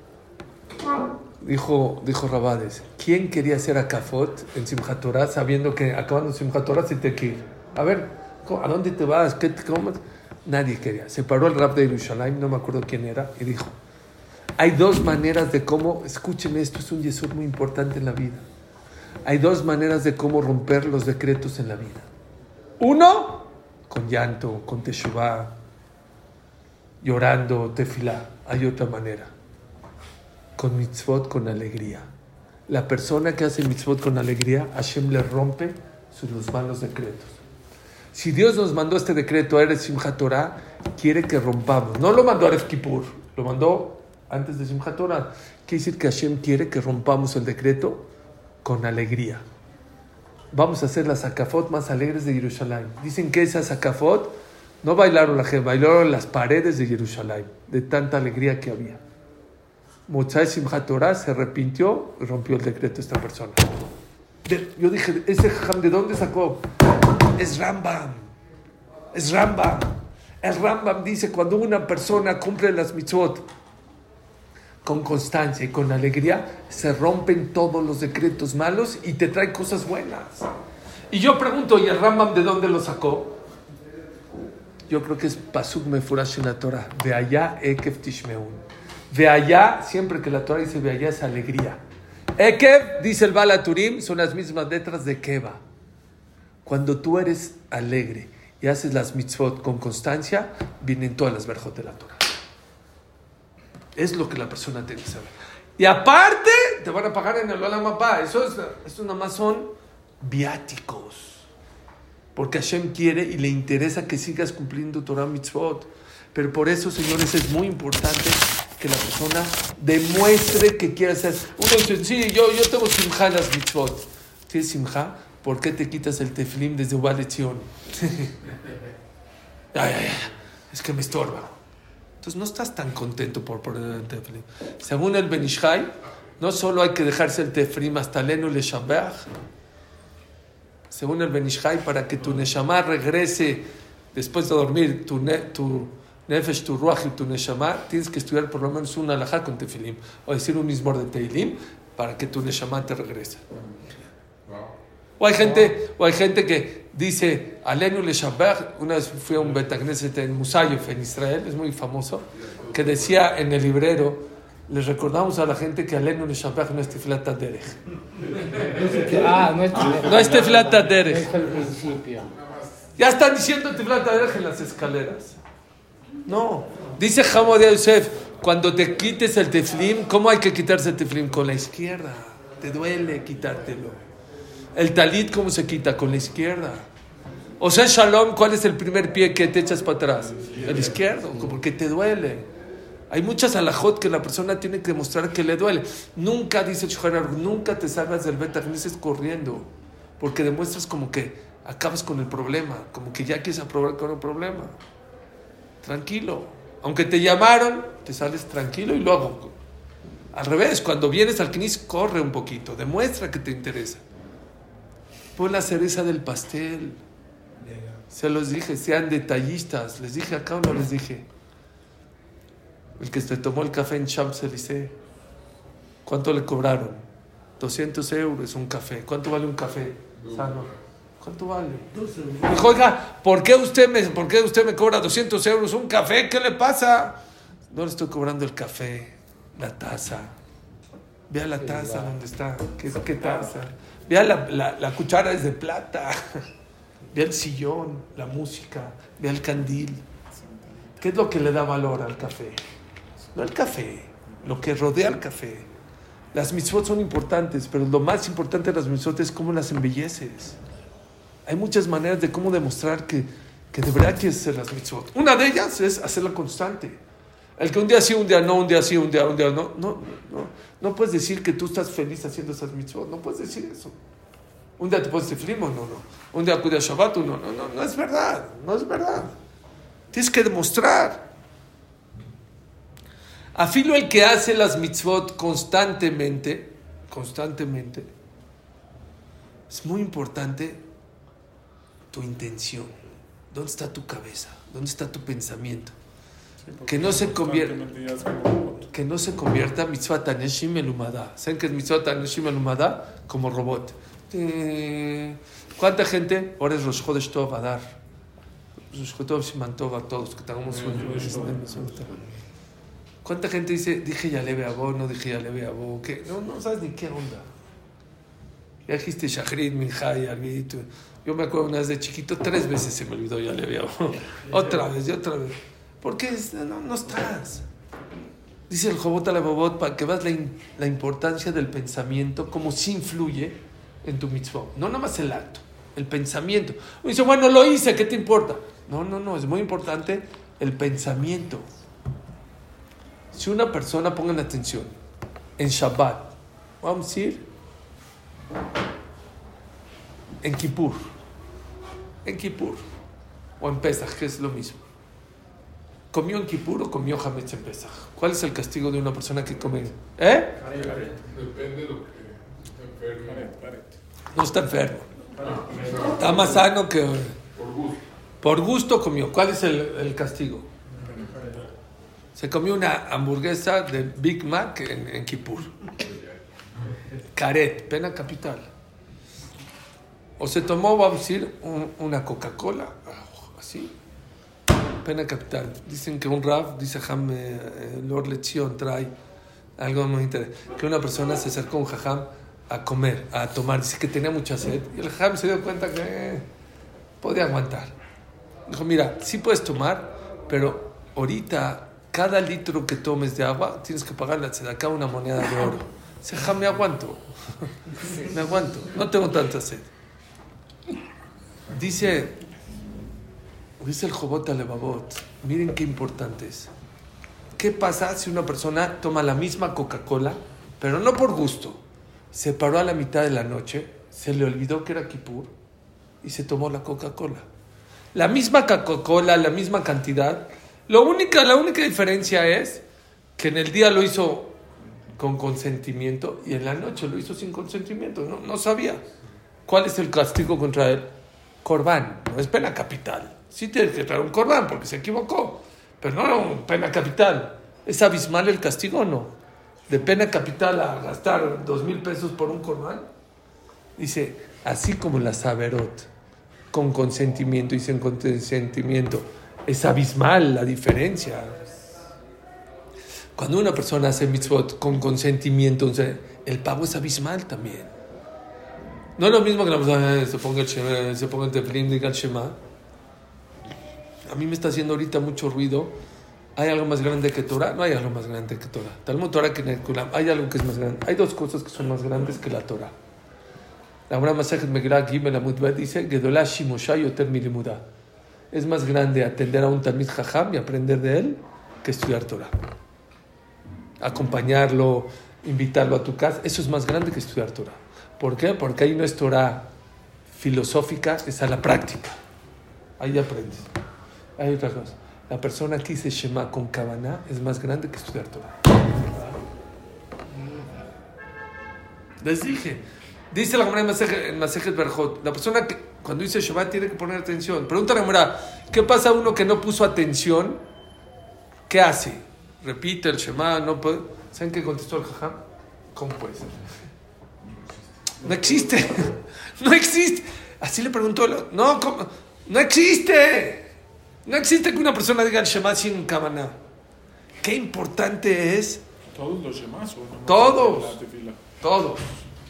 Dijo Rabades, ¿quién quería hacer akafot en Simchat Torah sabiendo que acabando Simchat Torah se te quiere ir? A ver, ¿a dónde te vas? ¿Qué te comes? Nadie quería. Se paró el rab de Jerusalén, no me acuerdo quién era, y dijo, hay dos maneras de cómo, escúchenme, esto es un yesod muy importante en la vida. Hay dos maneras de cómo romper los decretos en la vida. Uno, con llanto, con teshuvah, llorando, tefilá. Hay otra manera, con mitzvot, con alegría. La persona que hace mitzvot con alegría, Hashem le rompe los malos decretos. Si Dios nos mandó este decreto a Erev Simchat Torah, quiere que rompamos. No lo mandó a Erev Kippur, lo mandó antes de Simchat Torah. Quiere decir que Hashem quiere que rompamos el decreto con alegría. Vamos a hacer las sakafot más alegres de Jerusalén. Dicen que esas sakafot no bailaron la gente, bailaron las paredes de Jerusalén, de tanta alegría que había. Motzai Simchat Torah se arrepintió y rompió el decreto esta persona. Yo dije, ¿ese jajam de dónde sacó? Es Rambam. Es Rambam. El Rambam dice, cuando una persona cumple las mitzvot con constancia y con alegría, se rompen todos los decretos malos y te trae cosas buenas. Y yo pregunto, ¿y el Rambam de dónde lo sacó? Yo creo que es Pasuk Mefurash en la Torah. De allá Ekev Tishmeun. De allá, siempre que la Torah dice de allá, es alegría. Ekev, dice el Baal HaTurim, son las mismas letras de Keva. Cuando tú eres alegre y haces las mitzvot con constancia, vienen todas las verjot de la Torah. Es lo que la persona tiene que saber. Y aparte, te van a pagar en el Olam Haba. Eso nada más son viáticos. Porque Hashem quiere y le interesa que sigas cumpliendo Torah Mitzvot. Pero por eso, señores, es muy importante que la persona demuestre que quiere hacer. Uno dice, sí, yo tengo simja en las mitzvot. ¿Tienes simja? ¿Por qué te quitas el teflim desde una lección? Es que me estorba. Entonces no estás tan contento por poner el teflim. Según el Ben Ish Chai, no solo hay que dejarse el teflim hasta Lenu le Shabbat. Según el Ben Ish Chai, para que tu neshama regrese después de dormir, tu nefesh, tu ruach y tu neshama, tienes que estudiar por lo menos una alajá con tefilim, o decir un mismor de teilim, para que tu neshama te regrese. O hay gente que dice, Alenu le Shabbat. Una vez fui a un Betagneset en Musayef, en Israel, es muy famoso, que decía en el librero, les recordamos a la gente que Alenu le Shabbat no es Tiflat Derech. No es Tiflat Derech. Es el principio. Ya están diciendo Tiflat Derech en las escaleras. No. Dice Hamad Yosef, cuando te quites el teflim, ¿cómo hay que quitarse el teflim? Con la izquierda. Te duele quitártelo. El talit, ¿cómo se quita? Con la izquierda. O sea, Shalom, ¿cuál es el primer pie que te echas para atrás? El izquierdo, porque te duele. Hay muchas alajot que la persona tiene que demostrar que le duele. Nunca, dice el Shulchan Aruch, nunca te salgas del Bet Knesset corriendo, porque demuestras como que acabas con el problema, como que ya quieres aprobar con el problema. Tranquilo. Aunque te llamaron, te sales tranquilo y luego. Al revés, cuando vienes al Knis, corre un poquito, demuestra que te interesa. Pon la cereza del pastel. Se los dije, sean detallistas. Les dije acá o no les dije. El que se tomó el café en Champs-Élysées, ¿cuánto le cobraron? 200 euros un café. ¿Cuánto vale un café sano? ¿Cuánto vale? Dijo, oiga, ¿por qué usted me cobra 200 euros un café? ¿Qué le pasa? No le estoy cobrando el café, la taza. Vea la taza donde está. ¿Qué taza? Vea la cuchara es de plata. Vea el sillón, la música, vea el candil. ¿Qué es lo que le da valor al café? No el café, lo que rodea al café. Las mitzvot son importantes, pero lo más importante de las mitzvot es cómo las embelleces. Hay muchas maneras de cómo demostrar que de verdad quieres hacer las mitzvot. Una de ellas es hacerla constante. El que un día sí, un día no, un día sí, un día no. No puedes decir que tú estás feliz haciendo esas mitzvot. No puedes decir eso. Un día te pones teflim o no. Un día acude a Shabbat o no es verdad. No es verdad. Tienes que demostrar. Afilo el que hace las mitzvot constantemente, es muy importante tu intención. ¿Dónde está tu cabeza? ¿Dónde está tu pensamiento? Que no se convierta mitzvot aneshim elumada. ¿Saben qué es mitzvot aneshim elumada? Como robot. ¿Cuánta gente? Ahora es Rosh Chodesh Tov Adar. Rosh Chodesh Tov Siman Tov a todos que tengamos un. ¿Cuánta gente dije ya leve a vos, no dije ya leve a vos? ¿Qué? No sabes ni qué onda. Ya dijiste Shachrit, Minjay, Arbit. Yo me acuerdo una vez de chiquito, 3 veces se me olvidó ya leve a vos. Otra vez. ¿Por qué? No estás. Dice el Jobot Alevobot para que veas la importancia del pensamiento, cómo sí influye en tu mitzvot. No nomás el acto, el pensamiento. Uno dice, bueno, lo hice, ¿qué te importa? No, es muy importante el pensamiento. Si una persona, pongan atención, en Shabbat, vamos a decir, en Kippur, o en Pesach, que es lo mismo. ¿Comió en Kippur o comió Hametz en Pesach? ¿Cuál es el castigo de una persona que come? Depende de lo que está enfermo. No está enfermo. Está más sano que... Por gusto comió. ¿Cuál es el castigo? Se comió una hamburguesa de Big Mac en Kippur. Caret, pena capital. O se tomó, vamos a decir, una Coca-Cola, así. Pena capital. Dicen que un Rav, dice Jajam Lord Lezion, trae algo muy interesante. Que una persona se acercó a un Jajam a comer, a tomar. Dice que tenía mucha sed. Y el Jajam se dio cuenta que podía aguantar. Dijo, mira, sí puedes tomar, pero ahorita cada litro que tomes de agua tienes que pagar la tzedaká una moneda de oro. Dice, me aguanto. Me aguanto. No tengo tanta sed. Dice el Jobot Alevavot, miren qué importante es. ¿Qué pasa si una persona toma la misma Coca-Cola, pero no por gusto? Se paró a la mitad de la noche, se le olvidó que era Kipur y se tomó la Coca-Cola. La misma Coca-Cola, la misma cantidad. La única diferencia es que en el día lo hizo con consentimiento y en la noche lo hizo sin consentimiento. No sabía. ¿Cuál es el castigo contra él? Corbán, no es pena capital. Sí tiene que traer un corbán porque se equivocó, pero no pena capital. ¿Es abismal el castigo o no? De pena capital a gastar 2,000 pesos por un corbán. Dice, así como la saberot, con consentimiento y sin consentimiento, es abismal la diferencia. Cuando una persona hace mitzvot con consentimiento, el pago es abismal también. No es lo mismo que la persona se ponga el tefilín, diga el Shema. A mí me está haciendo ahorita mucho ruido. ¿Hay algo más grande que Torah? No hay algo más grande que Torah. Talmud Torah que Nekulam. Hay algo que es más grande. Hay dos cosas que son más grandes que la Torah. La Gemara Masejet Megillah Gimel Amud Bet dice Gedolá Shimosha Yoter Milimuda. Es más grande atender a un Talmid Jajam y aprender de él que estudiar Torah. Acompañarlo, invitarlo a tu casa, eso es más grande que estudiar Torah. ¿Por qué? Porque ahí no es Torah filosófica, es a la práctica. Ahí aprendes. Hay otra cosa. La persona que dice Shema con Kavaná es más grande que estudiar Torah. Les dije. Dice la Gemara en Masejet Berjot, la persona que cuando dice Shema tiene que poner atención. Pregunta la Gemara, ¿qué pasa a uno que no puso atención? ¿Qué hace? Repite el Shema, no puede. ¿Saben qué contestó el Jajam? ¿Cómo puede ser? No existe. No existe. Así le preguntó. No, ¿cómo? No existe. No existe que una persona diga el Shema sin Kavaná. Qué importante es. ¿Todos los Shemas o no? Todos. Todos.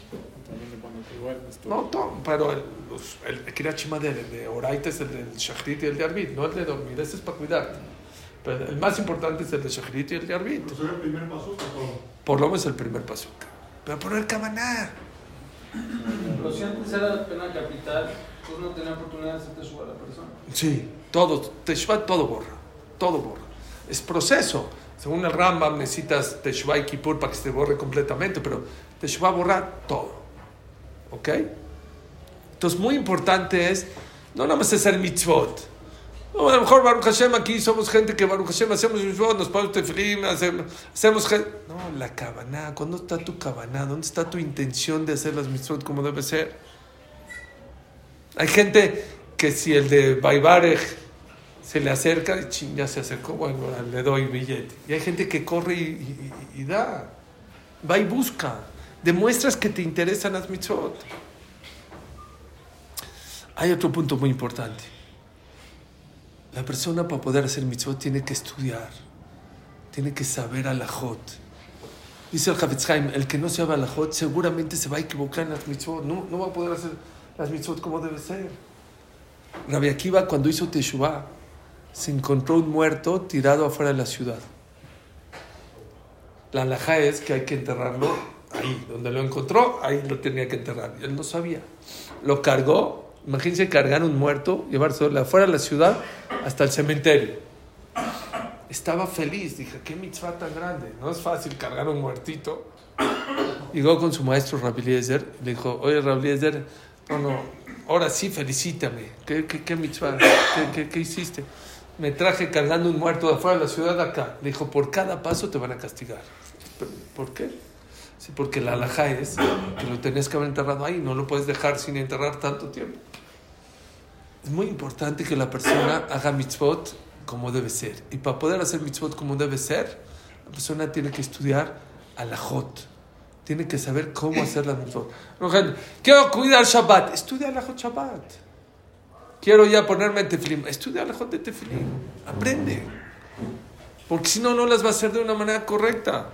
No, todo, pero el Kirat Shema de Oraita es el del Shachrit y el de Arbit, no el de dormir, ese es para cuidarte. Pero el más importante es el de Shachrit y el de Arbit. ¿Pero será el primer paso? Por lo menos el primer paso. Pero poner Kavaná. Pero si antes era pena capital, pues no tenía oportunidad de hacer teshuva a la persona. Sí, todo, Teshuvah todo borra. Es proceso. Según el Rambam necesitas Teshuvah y Kippur para que se borre completamente, pero Teshuvah borra todo. ¿Ok? Entonces, muy importante es, no nada más hacer mitzvot. No, a lo mejor Baruch Hashem aquí somos gente que Baruch Hashem hacemos mitzvot, nos ponemos tefilim, hacemos gente. No, la kavaná, ¿cuándo está tu kavaná? ¿Dónde está tu intención de hacer las mitzvot como debe ser? Hay gente que si el de Baibarej se le acerca, ya se acercó, bueno, le doy billete. Y hay gente que corre y da, va y busca. Demuestras que te interesan las mitzvot. Hay otro punto muy importante. La persona para poder hacer mitzvot tiene que estudiar, tiene que saber alajot. Dice el Hafetz Haim, el que no sabe alajot seguramente se va a equivocar en las mitzvot, no va a poder hacer las mitzvot como debe ser. Rabbi Akiva cuando hizo Teshuvah se encontró un muerto tirado afuera de la ciudad. La alajá es que hay que enterrarlo ahí, donde lo encontró, ahí lo tenía que enterrar. Y él no sabía. Lo cargó, imagínense cargar un muerto, llevárselo afuera de la ciudad hasta el cementerio. Estaba feliz, dije, qué mitzvah tan grande, no es fácil cargar un muertito. Llegó con su maestro Rabbi Eliezer, le dijo, oye Rabbi Eliezer, no, ahora sí felicítame, ¿qué mitzvah? ¿Qué hiciste? Me traje cargando un muerto de afuera de la ciudad acá. Le dijo, por cada paso te van a castigar. ¿Por qué? Sí, porque la halajá es que lo tenés que haber enterrado ahí, no lo puedes dejar sin enterrar tanto tiempo. Es muy importante que la persona haga mitzvot como debe ser. Y para poder hacer mitzvot como debe ser, la persona tiene que estudiar halajot. Tiene que saber cómo hacer las mitzvot. No, gente, quiero cuidar Shabbat. Estudia halajot Shabbat. Quiero ya ponerme en tefilim. Estudia halajot de tefilim. Aprende. Porque si no, no las va a hacer de una manera correcta.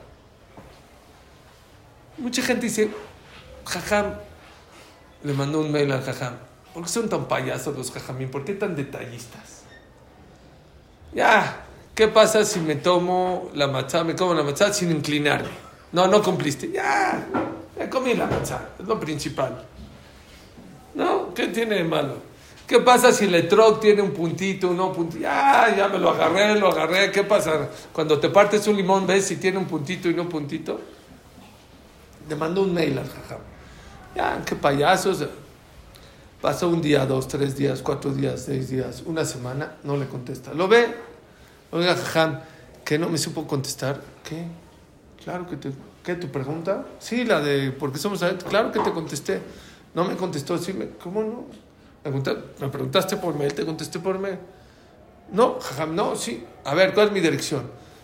Mucha gente dice, Jajam, le mandó un mail al Jajam. ¿Por qué son tan payasos los Jajamín? ¿Por qué tan detallistas? Ya, ¿qué pasa si me como la matzá sin inclinarme? No cumpliste. Ya, me comí la matzá, es lo principal. ¿No? ¿Qué tiene de malo? ¿Qué pasa si el etrog tiene un puntito, no puntito? Ya me lo agarré. ¿Qué pasa? Cuando te partes un limón, ¿ves si tiene un puntito y no puntito? Le mando un mail al jajam. Ya, qué payasos. Pasó un día, 2, 3 días, 4 días, 6 días, una semana, no le contesta. Lo ve, oiga, jajam, que no me supo contestar. ¿Qué? Claro que ¿qué, tu pregunta? Sí, la de, ¿por qué somos adentro? Claro que te contesté. No me contestó, sí, ¿cómo no? Me preguntaste por mail, te contesté por mail. No, jajam, no, sí. A ver, ¿cuál es mi dirección?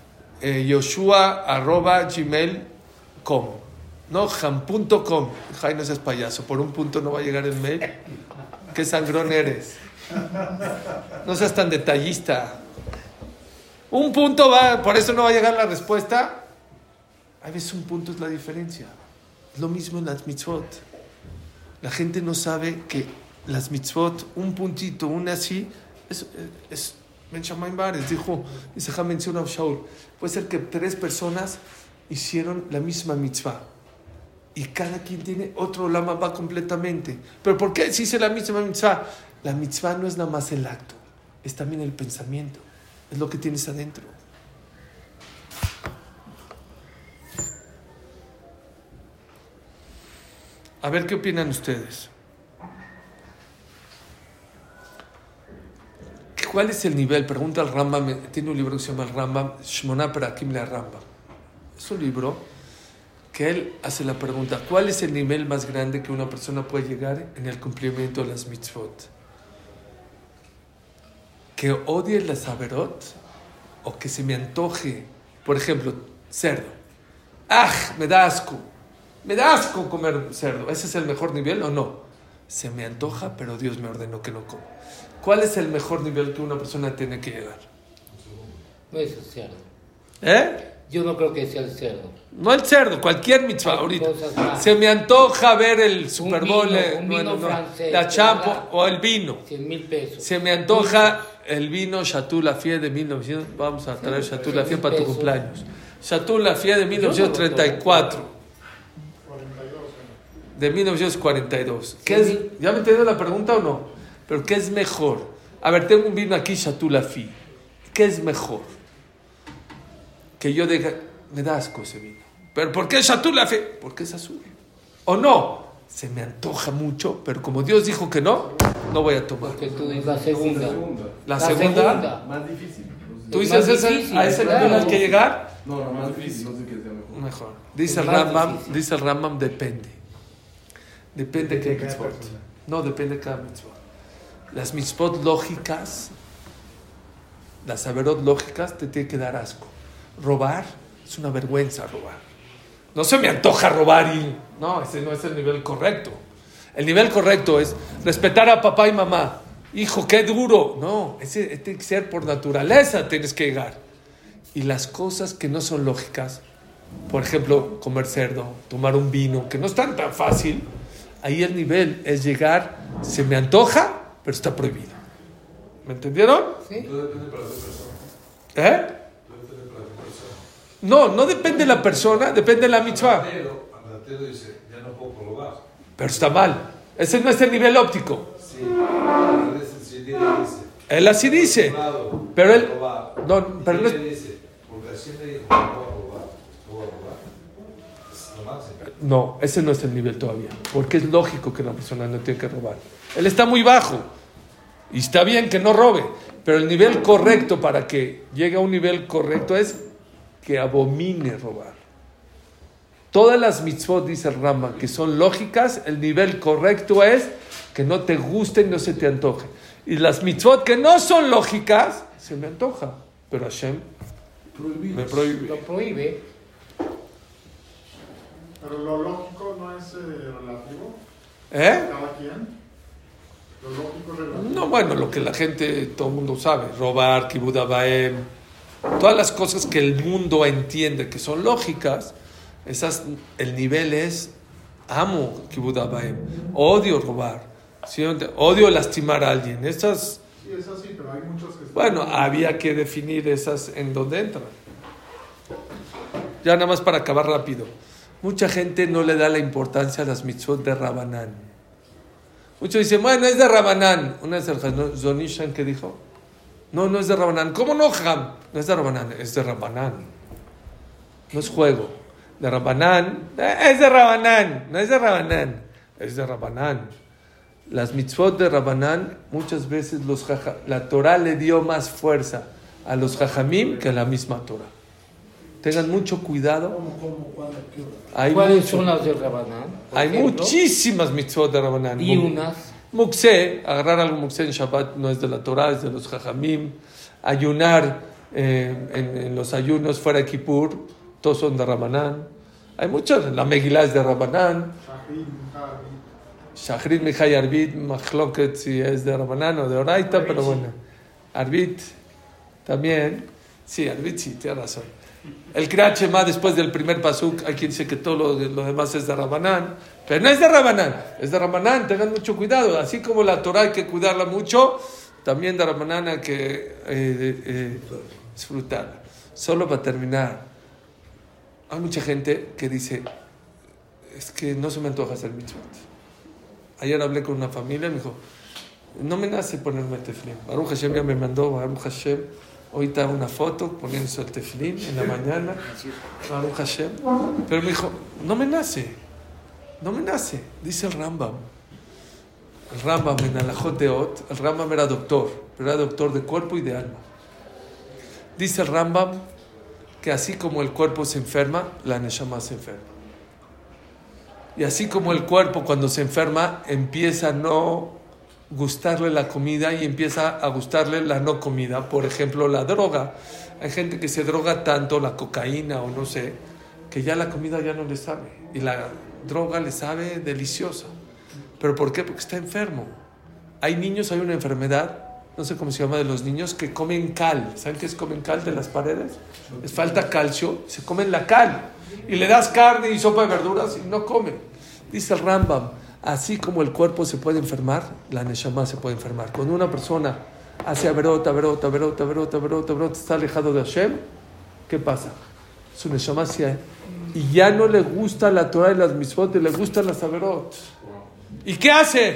yoshua@gmail.com. No, jam.com. Jai, no seas payaso, por un punto no va a llegar el mail. ¿Qué sangrón eres? No seas tan detallista. Un punto va, por eso no va a llegar la respuesta. A veces un punto es la diferencia. Es lo mismo en las mitzvot. La gente no sabe que las mitzvot, un puntito, una así, es Ben Shammai Bares, dice menciona a Shaul, puede ser que 3 personas hicieron la misma mitzvah y cada quien tiene otro lama va completamente. Pero ¿por qué si hice la misma mitzvah? La mitzvah no es nada más el acto, es también el pensamiento, es lo que tienes adentro. A ver qué opinan ustedes. ¿Cuál es el nivel? Pregunta al Rambam, tiene un libro que se llama el Rambam, Shmona Perakim le Rambam. Es un libro que él hace la pregunta, ¿cuál es el nivel más grande que una persona puede llegar en el cumplimiento de las mitzvot? ¿Que odie las averot o que se me antoje? Por ejemplo, cerdo. Me da asco comer cerdo. ¿Ese es el mejor nivel o no? Se me antoja, pero Dios me ordenó que no coma. ¿Cuál es el mejor nivel que una persona tiene que llegar? No es el cerdo. Yo no creo que sea el cerdo. No el cerdo, cualquier mitzvah ahorita. Se me antoja ver el Super Bowl, francés, la Champo o el vino. 100,000 pesos. Se me antoja el vino Chateau Lafite de 1900. Vamos a traer Chateau Lafite para tu cumpleaños. Chateau Lafite de 1934. De 1942. ¿Qué es? ¿Ya me entendió la pregunta o no? Pero ¿qué es mejor? A ver, tengo un vino aquí, Chateau Lafite. ¿Qué es mejor? Que yo diga, me da asco ese vino. ¿Pero por qué Chateau Lafite? Porque es azul. ¿O no? Se me antoja mucho, pero como Dios dijo que no voy a tomar. Porque tú dices la segunda. ¿La segunda? Más difícil. ¿Tú dices a ese nivel al que llegar? No, más difícil. No sé qué sea mejor. Mejor. Dice el Rambam, depende. Depende de qué mitzvot. No, depende de cada mitzvot. Las mitzvot lógicas, las averot lógicas, te tiene que dar asco. Robar es una vergüenza robar. No se me antoja robar y... No, ese no es el nivel correcto. El nivel correcto es respetar a papá y mamá. Hijo, qué duro. No, ese tiene que ser por naturaleza, tienes que llegar. Y las cosas que no son lógicas, por ejemplo, comer cerdo, tomar un vino, que no es tan fácil, ahí el nivel es llegar, se me antoja, pero está prohibido. ¿Me entendieron? Sí. No depende para la persona. No depende de la persona, depende de la mitzvah. Andatero dice, ya no puedo robar. Pero está mal. Ese no es el nivel óptico. Sí, a veces sí dice. Él así dice. Pero él... No, pero no dice, porque así me dijo, no voy a robar. Es lo máximo. No, ese no es el nivel todavía. Porque es lógico que la persona no tiene que robar. Él está muy bajo. Y está bien que no robe. Pero el nivel correcto para que llegue a un nivel correcto es que abomine robar. Todas las mitzvot, dice el Rambam, que son lógicas, el nivel correcto es que no te guste y no se te antoje. Y las mitzvot que no son lógicas, se me antoja. Pero Hashem me prohíbe. Lo prohíbe. Pero lo lógico no es relativo. Cada quien. Lo lógico es relativo. No, bueno, lo que la gente, todo el mundo sabe, robar, kibud abaem, todas las cosas que el mundo entiende que son lógicas, esas, el nivel es amo kibud abaem, odio robar, ¿sí? Odio lastimar a alguien. Estas Sí, es así, pero hay muchos que... Bueno, había que definir esas en dónde entran. Ya nada más para acabar rápido. Mucha gente no le da la importancia a las mitzvot de Rabanán. Muchos dicen, bueno, es de Rabanán. Una vez el Zonishan que dijo, no es de Rabanán. ¿Cómo no, Ham? No es de Rabanán, es de Rabanán. No es juego. De Rabanán, es de Rabanán. No es de Rabanán, es de Rabanán. Las mitzvot de Rabanán, muchas veces la Torah le dio más fuerza a los jajamim que a la misma Torah. Tengan mucho cuidado. ¿Cuáles son las de Rabanán? Hay muchísimas mitzvot de Rabanán. Y unas. Muksé, agarrar algo muksé en Shabbat no es de la Torah, es de los jajamim. Ayunar en los ayunos fuera de Kippur, todos son de Rabanán. Hay muchas, la Megilá es de Rabanán. Shachrit, Mijay, Arbit, Machloket, si es de Rabanán o de Oraita, pero bueno. Arbit también. Sí, Arbit sí, tiene razón. El Kriyat Shema después del primer pasuk, hay quien dice que todo lo demás es de Rabanán, pero no es de Rabanán, es de Rabanán, tengan mucho cuidado, así como la Torah hay que cuidarla mucho, también de Rabanán hay que disfrutarla. Solo para terminar, hay mucha gente que dice, es que no se me antoja hacer mitzvot. Ayer hablé con una familia y me dijo, no me nace ponerme tefilín. Baruch Hashem ya me mandó, Baruch Hashem. Ahorita una foto poniéndose el tefilín en la mañana, Baruch Hashem. Pero me dijo, no me nace. Dice el Rambam. El Rambam en Alajot Deot, el Rambam era doctor, pero era doctor de cuerpo y de alma. Dice el Rambam que así como el cuerpo se enferma, la neshama se enferma. Y así como el cuerpo cuando se enferma empieza a no gustarle la comida y empieza a gustarle la no comida. Por ejemplo, la droga. Hay gente que se droga tanto, la cocaína o no sé, que ya la comida ya no le sabe. Y la droga le sabe deliciosa. ¿Pero por qué? Porque está enfermo. Hay niños, hay una enfermedad, no sé cómo se llama, de los niños que comen cal. ¿Saben qué es comen cal de las paredes? Les falta calcio, se comen la cal. Y le das carne y sopa de verduras y no comen. Dice el Rambam, así como el cuerpo se puede enfermar, la neshama se puede enfermar. Cuando una persona hace averot, está alejado de Hashem, ¿qué pasa? Su neshama se... Y ya no le gusta la Torah y las mitzvot, le gustan las averot. ¿Y qué hace?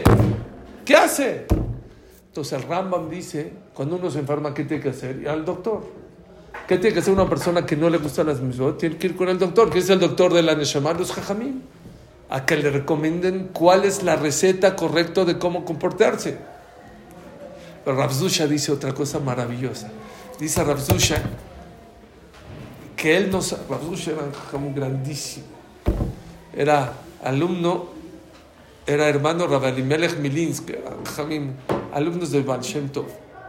Entonces el Rambam dice, cuando uno se enferma, ¿qué tiene que hacer? Ir al doctor. ¿Qué tiene que hacer una persona que no le gustan las mitzvot? Tiene que ir con el doctor. ¿Qué es el doctor de la neshama? Los jajamim. A que le recomienden cuál es la receta correcta de cómo comportarse. Pero Rav Zusha dice otra cosa maravillosa. Dice Rav Zusha que él no... Rav Zusha era un jajam grandísimo. Era alumno, era hermano Rav Elimelech Milinsky, jajamim, alumnos del Baal Shem Tov.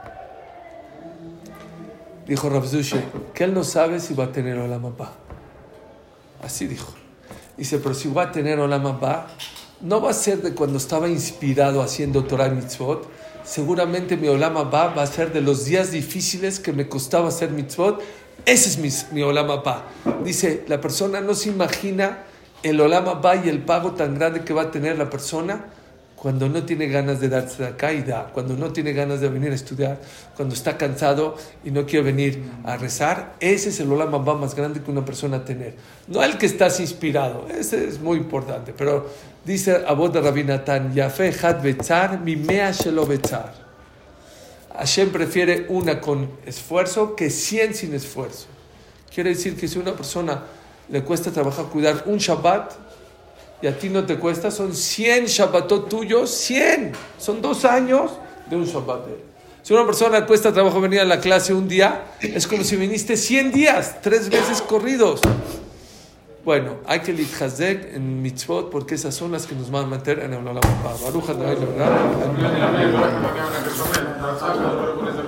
Dijo Rav Zusha que él no sabe si va a tener Olam Haba. Así dijo. Dice, pero si va a tener Olam Haba, no va a ser de cuando estaba inspirado haciendo Torah y Mitzvot. Seguramente mi Olam Haba va a ser de los días difíciles que me costaba hacer Mitzvot. Ese es mi Olam Haba. Dice, la persona no se imagina el Olam Haba y el pago tan grande que va a tener la persona cuando no tiene ganas de darse de acá y da, cuando no tiene ganas de venir a estudiar, cuando está cansado y no quiere venir a rezar. Ese es el Olam Haba más grande que una persona tener. No el que estás inspirado, ese es muy importante. Pero dice Abod de Rabbi Natan, Yafeh had betzar, mimea shelo betzar. Hashem prefiere una con esfuerzo que 100 sin esfuerzo. Quiere decir que si a una persona le cuesta trabajar cuidar un Shabbat, y a ti no te cuesta, son 100 Shabbatot tuyos, 100. Son 2 años de un Shabbat. Si a una persona le cuesta trabajo venir a la clase un día, es como si viniste 100 días, 3 veces corridos. Bueno, hay que litchazek en mitzvot, porque esas son las que nos van a meter en el Olam Haba. Baruch Adonai Le'olam.